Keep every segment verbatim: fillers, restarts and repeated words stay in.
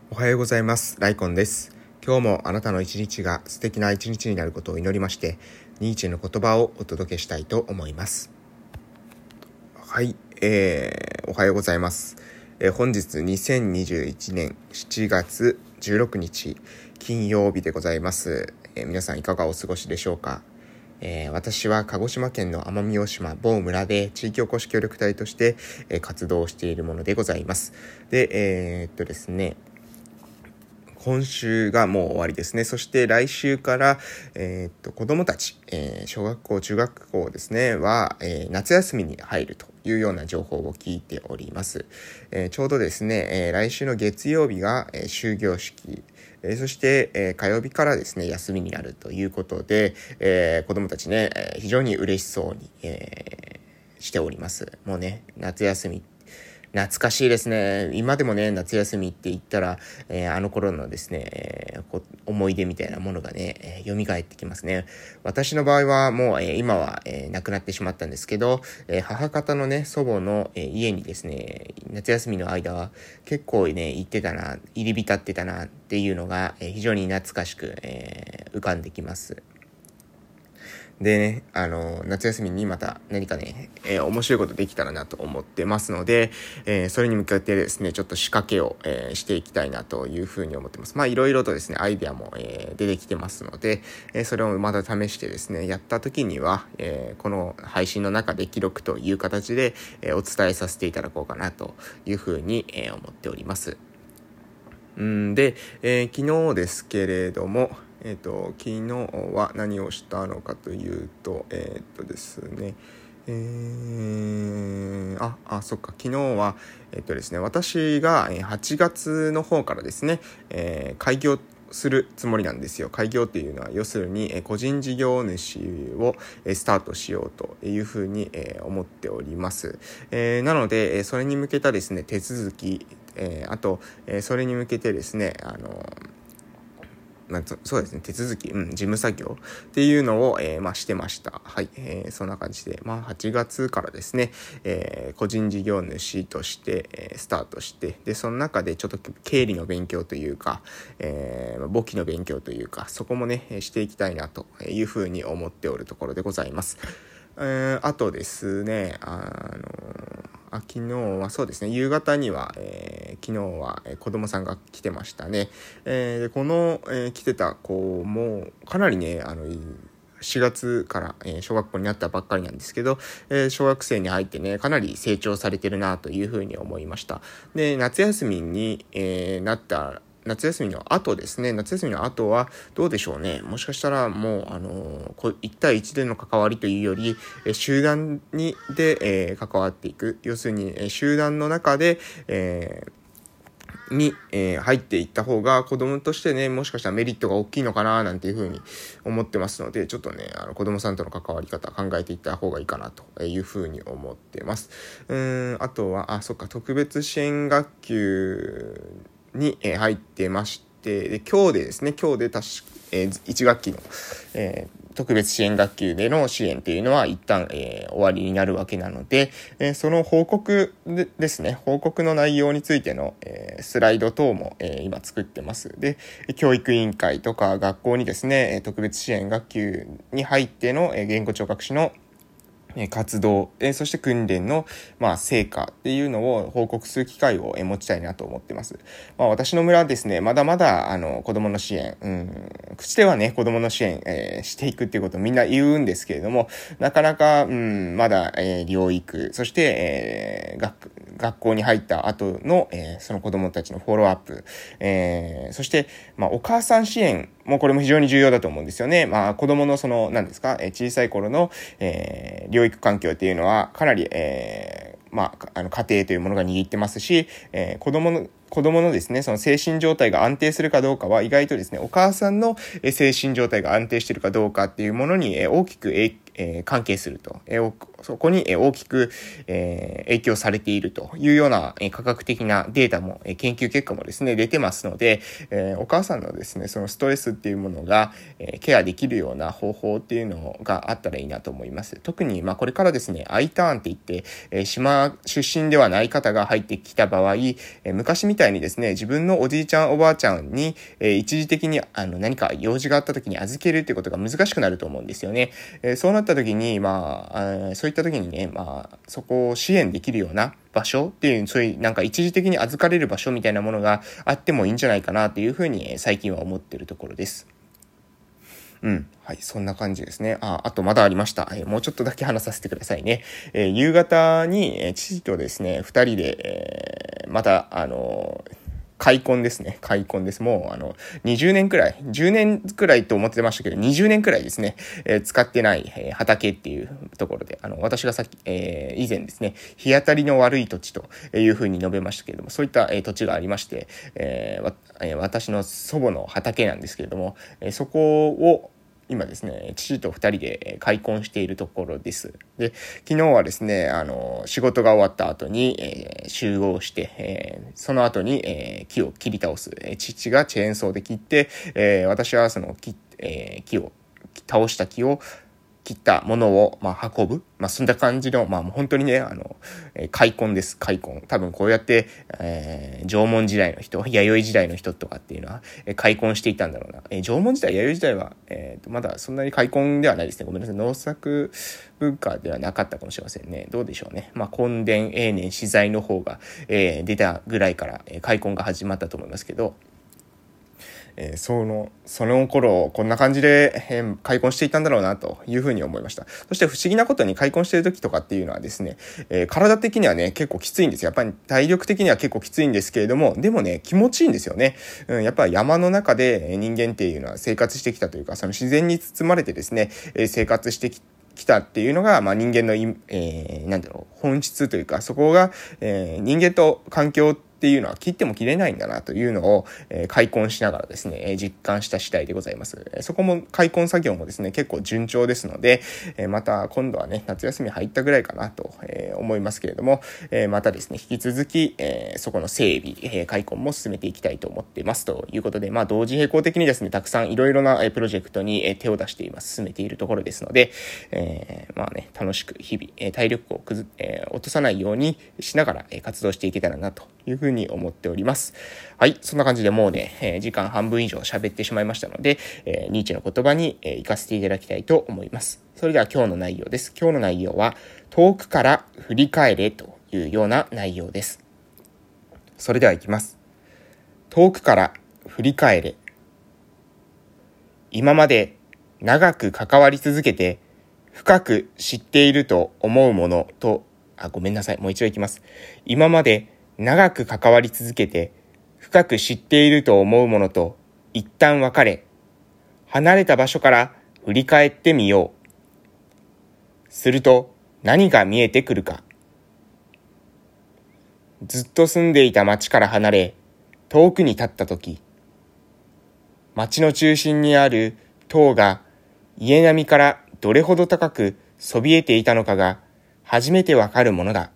おはようございます。ライコンです。今日もあなたの一日が素敵な一日になることを祈りまして、ニーチェの言葉をお届けしたいと思います。はい、えー、おはようございます。えー、本日にせんにじゅういちねんしちがつじゅうろくにち金曜日でございます。えー、皆さんいかがお過ごしでしょうか。えー、私は鹿児島県の奄美大島某村で地域おこし協力隊として、えー、活動しているものでございます。で、えー、っとですね今週がもう終わりですね。そして来週から、えー、っと子どもたち、えー、小学校中学校ですねは、えー、夏休みに入るというような情報を聞いております。えー、ちょうどですね、えー、来週の月曜日が、えー、終業式、えー、そして、えー、火曜日からですね休みになるということで、えー、子どもたちね、えー、非常に嬉しそうに、えー、しております。もうね夏休み懐かしいですね。今でもね、夏休みって言ったら、えー、あの頃のですね、えー、こ思い出みたいなものがね、えー、蘇ってきますね。私の場合はもう、えー、今は、えー、亡くなってしまったんですけど、えー、母方のね、祖母の、えー、家にですね、夏休みの間は結構ね、行ってたな、入り浸ってたなっていうのが、えー、非常に懐かしく、えー、浮かんできます。でね、あの、夏休みにまた何かね、えー、面白いことできたらなと思ってますので、えー、それに向けてですね、ちょっと仕掛けを、えー、していきたいなというふうに思ってます。まあ、いろいろとですね、アイデアも、えー、出てきてますので、えー、それをまた試してですね、やった時には、えー、この配信の中で記録という形で、えー、お伝えさせていただこうかなというふうに、えー、思っております。んで、えー、昨日ですけれども、えっと、昨日は何をしたのかというと、えっとですね、えー、あ、あ、そっか、昨日は、えっとですね、私がはちがつの方からですね、えー、開業するつもりなんですよ。開業っていうのは要するに個人事業主をスタートしようというふうに思っております。えー、なのでそれに向けたですね手続き、えー、あとそれに向けてですねあのまあ、そうですね手続き、うん、事務作業っていうのを、えーまあ、してました。はい、えー、そんな感じで、まあ、はちがつからですね、えー、個人事業主として、えー、スタートして、でその中でちょっと経理の勉強というか、えー、簿記の勉強というか、そこもねしていきたいなというふうに思っておるところでございます。えー、あとですねあのあ昨日はそうですね夕方には、えー、昨日は、えー、子供さんが来てましたね。えー、でこの、えー、来てた子もかなりねあのしがつから、えー、小学校になったばっかりなんですけど、えー、小学生に入ってねかなり成長されてるなというふうに思いました。で夏休みに、えー、なった夏休みの後ですね夏休みの後はどうでしょうね。もしかしたらもうあのいち対いちでの関わりというより集団にで、えー、関わっていく、要するに集団の中で、えーに、えー、入っていった方が子供としてねもしかしたらメリットが大きいのかななんていうふうに思ってますので、ちょっとねあの子供さんとの関わり方考えていった方がいいかなというふうに思ってます。うーんあとはあそっか特別支援学級に、えー、入ってまして、で今日でですね今日で確か、えー、いち学期の、えー特別支援学級での支援っていうのは一旦、えー、終わりになるわけなので、えー、その報告でですね報告の内容についての、えー、スライド等も、えー、今作ってます。で教育委員会とか学校にですね特別支援学級に入っての、えー、言語聴覚士の活動、えー、そして訓練の、まあ、成果っていうのを報告する機会を、えー、持ちたいなと思ってます。まあ、私の村はですね、まだまだ、あの、子供の支援、うん、口ではね、子供の支援、えー、していくっていうことをみんな言うんですけれども、なかなか、うん、まだ、えー、療育、そして、えー、学、学校に入った後の、えー、その子供たちのフォローアップ、えー、そして、まあ、お母さん支援もうこれも非常に重要だと思うんですよね。まあ、子供のその、何ですか、えー、小さい頃の、えー、療育環境っていうのはかなり、えー、まあ、あの家庭というものが握ってますし、えー、子供の子供のですね、その精神状態が安定するかどうかは意外とですね、お母さんの精神状態が安定しているかどうかっていうものに大きく影えー、関係すると、えー、そこに大きく、えー、影響されているというような、えー、科学的なデータも、えー、研究結果もですね出てますので、えー、お母さんのですねそのストレスっていうものが、えー、ケアできるような方法っていうのがあったらいいなと思います。特にまあこれからですね I ターンって言って、えー、島出身ではない方が入ってきた場合、えー、昔みたいにですね自分のおじいちゃんおばあちゃんに、えー、一時的にあの何か用事があった時に預けるっていうことが難しくなると思うんですよね。えー、そうなった時にまあ、あそういった時にねまあそこを支援できるような場所っていうそういうなんか一時的に預かれる場所みたいなものがあってもいいんじゃないかなというふうに最近は思っているところです。うん。はい。そんな感じですね。あ、あとまだありました。えー、もうちょっとだけ話させてくださいね。えー、夕方に、えー、父とですね、二人で、えー、また、あのー、開墾ですね。開墾です。もう、あの、にじゅうねんくらい、じゅうねんくらいと思ってましたけど、にじゅうねんくらいですね、えー、使ってない、えー、畑っていうところで、あの、私がさっき、えー、以前ですね、日当たりの悪い土地というふうに述べましたけれども、そういった、えー、土地がありまして、えーわえー、私の祖母の畑なんですけれども、えー、そこを、今ですね、父と二人で開墾しているところです。で、昨日はですね、あの、仕事が終わった後に、えー、集合して、えー、その後に、えー、木を切り倒す。えー、父がチェーンソーで切って、えー、私はその木、えー、木を、倒した木を、切ったものを、まあ、運ぶ。まあ、そんな感じの、まあ、本当にね、あの、えー、開墾です、開墾。多分こうやって、えー、縄文時代の人、弥生時代の人とかっていうのは、えー、開墾していたんだろうな。えー、縄文時代、弥生時代は、えーと、まだそんなに開墾ではないですね。ごめんなさい。農作文化ではなかったかもしれませんね。どうでしょうね。まあ、墾田、永年、資材の方が、えー、出たぐらいから、えー、開墾が始まったと思いますけど、えー、その、その頃、こんな感じで、えー、開墾していたんだろうな、というふうに思いました。そして不思議なことに開墾している時とかっていうのはですね、えー、体的にはね、結構きついんですよ。やっぱり体力的には結構きついんですけれども、でもね、気持ちいいんですよね。うん、やっぱり山の中で人間っていうのは生活してきたというか、その自然に包まれてですね、えー、生活してき来たっていうのが、まあ、人間の、えー、なんだろう、本質というか、そこが、えー、人間と環境っていうのは切っても切れないんだなというのを、えー、開墾しながらですね、実感した次第でございます。そこも開墾作業もですね、結構順調ですので、えー、また今度はね、夏休み入ったぐらいかなと、えー、思いますけれども、えー、またですね、引き続き、えー、そこの整備、えー、開墾も進めていきたいと思っていますということで、まあ同時並行的にですね、たくさんいろいろなプロジェクトに手を出しています。進めているところですので、えー、まあね、楽しく日々、体力をくず、えー、落とさないようにしながら活動していけたらなというふうに思っております。はい、そんな感じでもうね、えー、時間半分以上喋ってしまいましたので、えー、ニーチェの言葉に、えー、活かせていただきたいと思います。それでは今日の内容です。今日の内容は、遠くから振り返れというような内容です。それではいきます。遠くから振り返れ。今まで長く関わり続けて、深く知っていると思うものと、あ、ごめんなさい。もう一度いきます。今まで長く関わり続けて、深く知っていると思うものと、一旦別れ、離れた場所から振り返ってみよう。すると何が見えてくるか。ずっと住んでいた町から離れ、遠くに立ったとき、町の中心にある塔が家並みからどれほど高くそびえていたのかが初めてわかるものだ。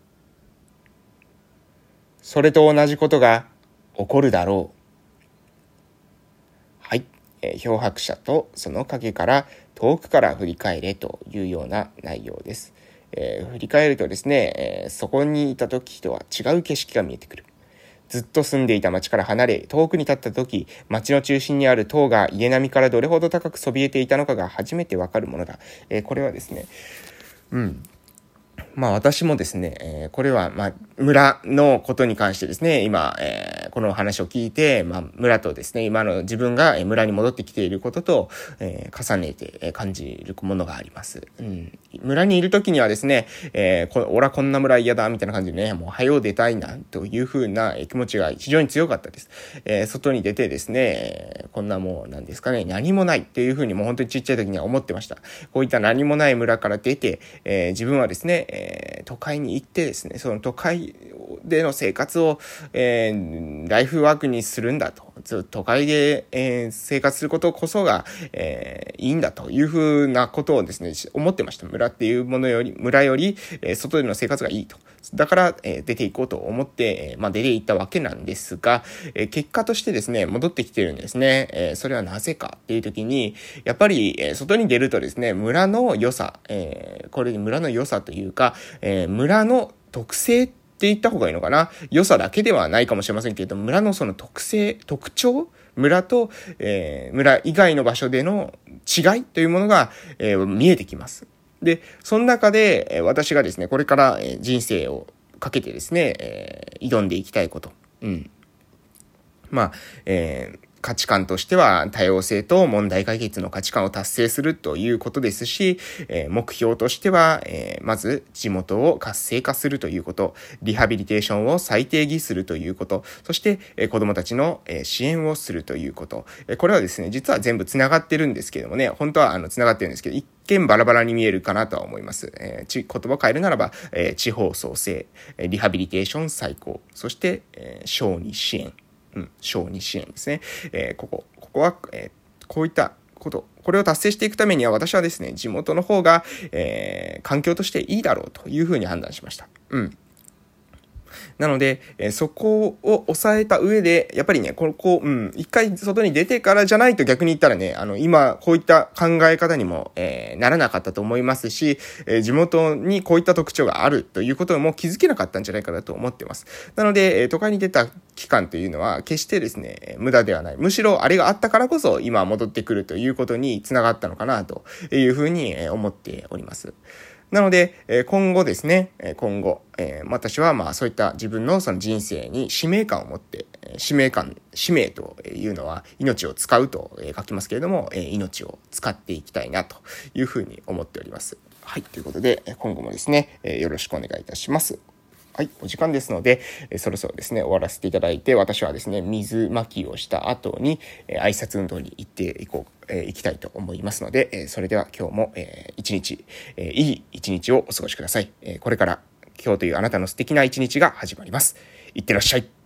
それと同じことが起こるだろう。はい、えー、漂白者とその影から遠くから振り返れというような内容です。えー、振り返るとですね、えー、そこにいた時とは違う景色が見えてくる。ずっと住んでいた町から離れ、遠くに立った時、町の中心にある塔が家並みからどれほど高くそびえていたのかが初めてわかるものだ。えー、これはですね、うん。まあ私もですね、えー、これはまあ村のことに関してですね、今、えー、この話を聞いて、まあ村とですね、今の自分が村に戻ってきていることと、えー、重ねて感じるものがあります。うん、村にいるときにはですね、えー、こ俺はこんな村嫌だみたいな感じでね、もう早う出たいなというふうな気持ちが非常に強かったです。えー、外に出てですね、こんなもうなんですかね、何もないっていうふうにもう本当にちっちゃい時には思ってました。こういった何もない村から出て、えー、自分はですね、えーえー、都会に行ってですね、その都会での生活を、えー、ライフワークにするんだと。 ずっと都会で、えー、生活することこそが、えー、いいんだというふうなことをですね、思ってました。村っていうものより、村より、えー、外での生活がいいと。だから、えー、出ていこうと思って、えー、まあ出ていったわけなんですが、えー、結果としてですね、戻ってきてるんですね。えー、それはなぜかっていう時に、やっぱり、えー、外に出るとですね、村の良さ、えー、これ村の良さというか、えー、村の特性って言った方がいいのかな。良さだけではないかもしれませんけれども、村のその特性、特徴、村と、えー、村以外の場所での違いというものが、えー、見えてきます。で、その中で、えー、私がですね、これから、えー、人生をかけてですね、えー、挑んでいきたいこと。うん。まあ、えー、価値観としては多様性と問題解決の価値観を達成するということですし、えー、目標としては、えー、まず地元を活性化するということ、リハビリテーションを再定義するということ、そして、えー、子どもたちの、えー、支援をするということ、えー、これはですね、実は全部つながってるんですけれどもね、本当はあのつながってるんですけど、一見バラバラに見えるかなとは思います。えー、ち言葉を変えるならば、えー、地方創生、リハビリテーション再興、そして、えー、小児支援。うん、小児支援ですね。えー、ここ、ここは、えー、こういったこと、これを達成していくためには私はですね、地元の方が、えー、環境としていいだろうというふうに判断しました。うん。なので、えー、そこを抑えた上で、やっぱりね、ここ、うん、一回外に出てからじゃないと逆に言ったらね、あの、今、こういった考え方にも、えー、ならなかったと思いますし、えー、地元にこういった特徴があるということも気づけなかったんじゃないかなと思ってます。なので、えー、都会に出た期間というのは、決してですね、無駄ではない。むしろ、あれがあったからこそ、今戻ってくるということにつながったのかな、というふうに思っております。なので、今後ですね、今後、私はまあそういった自分のその人生に使命感を持って、使命感、使命というのは命を使うと書きますけれども、命を使っていきたいなというふうに思っております。はい、ということで、今後もですね、よろしくお願いいたします。はい、お時間ですので、えー、そろそろですね、終わらせていただいて、私はですね、水まきをした後に、えー、挨拶運動に行っていこう、えー、行きたいと思いますので、えー、それでは今日も、えー、一日、えー、いい一日をお過ごしください。えー、これから今日というあなたの素敵な一日が始まります。いってらっしゃい。